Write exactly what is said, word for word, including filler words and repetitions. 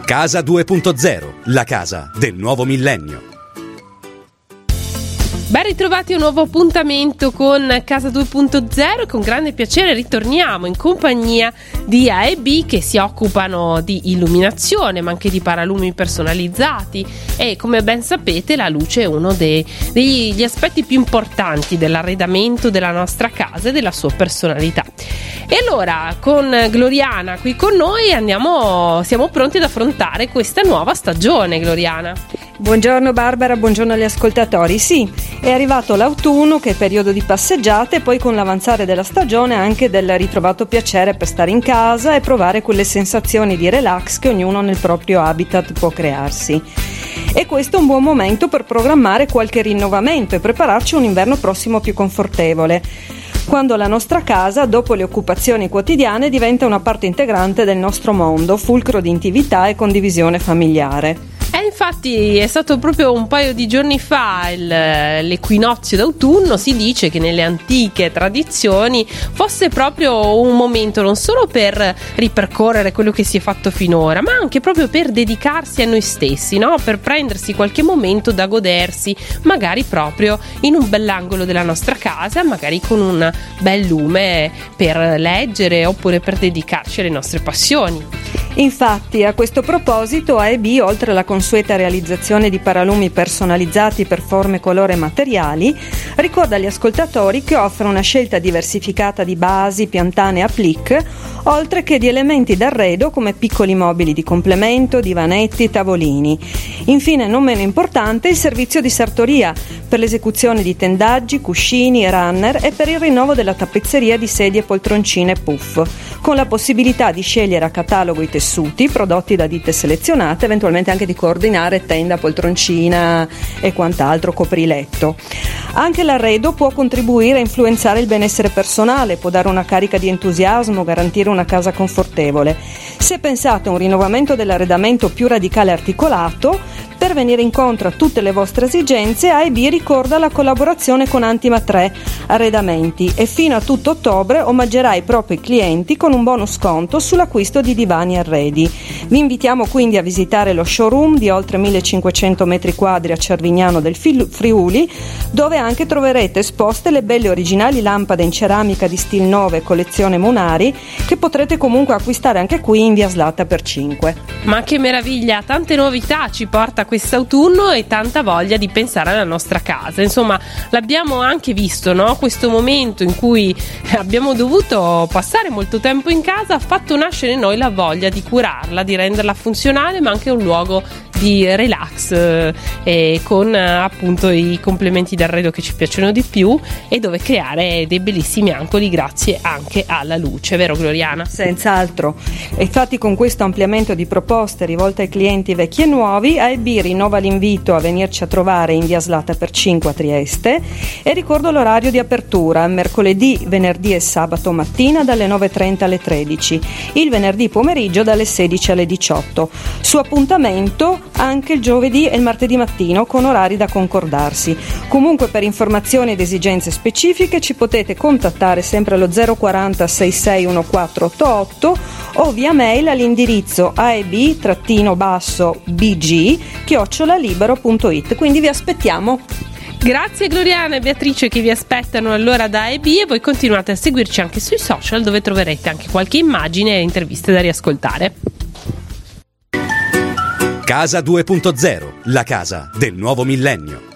Casa due punto zero, la casa del nuovo millennio. Ben ritrovati a un nuovo appuntamento con Casa due punto zero e con grande piacere ritorniamo in compagnia di A e B che si occupano di illuminazione ma anche di paralumi personalizzati e come ben sapete la luce è uno dei, degli aspetti più importanti dell'arredamento della nostra casa e della sua personalità. E allora con Gloriana qui con noi andiamo, siamo pronti ad affrontare questa nuova stagione. Gloriana. Buongiorno Barbara, buongiorno agli ascoltatori. Sì, è arrivato l'autunno che è periodo di passeggiate e poi con l'avanzare della stagione anche del ritrovato piacere per stare in casa e provare quelle sensazioni di relax che ognuno nel proprio habitat può crearsi. E questo è un buon momento per programmare qualche rinnovamento e prepararci a un inverno prossimo più confortevole, quando la nostra casa, dopo le occupazioni quotidiane, diventa una parte integrante del nostro mondo, fulcro di intimità e condivisione familiare. E infatti è stato proprio un paio di giorni fa il, l'equinozio d'autunno. Si dice che nelle antiche tradizioni fosse proprio un momento non solo per ripercorrere quello che si è fatto finora, ma anche proprio per dedicarsi a noi stessi, no? Per prendersi qualche momento da godersi, magari proprio in un bell'angolo della nostra casa, magari con un bel lume per leggere oppure per dedicarci alle nostre passioni. Infatti, a questo proposito, A e B, oltre alla consueta realizzazione di paralumi personalizzati per forme, colore e materiali, ricorda agli ascoltatori che offre una scelta diversificata di basi, piantane e applique, oltre che di elementi d'arredo come piccoli mobili di complemento, divanetti, tavolini. Infine, non meno importante, il servizio di sartoria per l'esecuzione di tendaggi, cuscini e runner e per il rinnovo della tappezzeria di sedie, poltroncine e puff, con la possibilità di scegliere a catalogo i tessuti prodotti da ditte selezionate, eventualmente anche di coordinare tenda, poltroncina e quant'altro, copriletto. Anche l'arredo può contribuire a influenzare il benessere personale, può dare una carica di entusiasmo, garantire una casa confortevole. Se pensate a un rinnovamento dell'arredamento più radicale e articolato, per venire incontro a tutte le vostre esigenze, A e B ricorda la collaborazione con Antima tre Arredamenti e fino a tutto ottobre omaggerà i propri clienti con un bonus sconto sull'acquisto di divani e arredi. Vi invitiamo quindi a visitare lo showroom di oltre millecinquecento metri quadri a Cervignano del Friuli, dove anche troverete esposte le belle originali lampade in ceramica di Stil nove collezione Munari, che potrete comunque acquistare anche qui in via Slata per cinque. Ma che meraviglia, tante novità ci porta quest'autunno e tanta voglia di pensare alla nostra casa. Insomma, l'abbiamo anche visto, no? Questo momento in cui abbiamo dovuto passare molto tempo in casa ha fatto nascere in noi la voglia di curarla, di renderla funzionale, ma anche un luogo di relax eh, con eh, appunto i complementi d'arredo che ci piacciono di più e dove creare dei bellissimi angoli grazie anche alla luce, vero Gloriana? Senz'altro. E infatti con questo ampliamento di proposte rivolte ai clienti vecchi e nuovi, A e B rinnova l'invito a venirci a trovare in via Slata per cinque a Trieste e ricordo l'orario di apertura: mercoledì, venerdì e sabato mattina dalle nove e trenta alle tredici, il venerdì pomeriggio dalle sedici alle diciotto. Su appuntamento anche il giovedì e il martedì mattino con orari da concordarsi. Comunque per informazioni ed esigenze specifiche ci potete contattare sempre allo zero quaranta sessantasei quattordici ottantotto o via mail all'indirizzo aeb trattino basso bg chiocciola libero punto it. Quindi vi aspettiamo. Grazie Gloriana e Beatrice che vi aspettano allora da A e B, e voi continuate a seguirci anche sui social dove troverete anche qualche immagine e interviste da riascoltare. Casa due punto zero, la casa del nuovo millennio.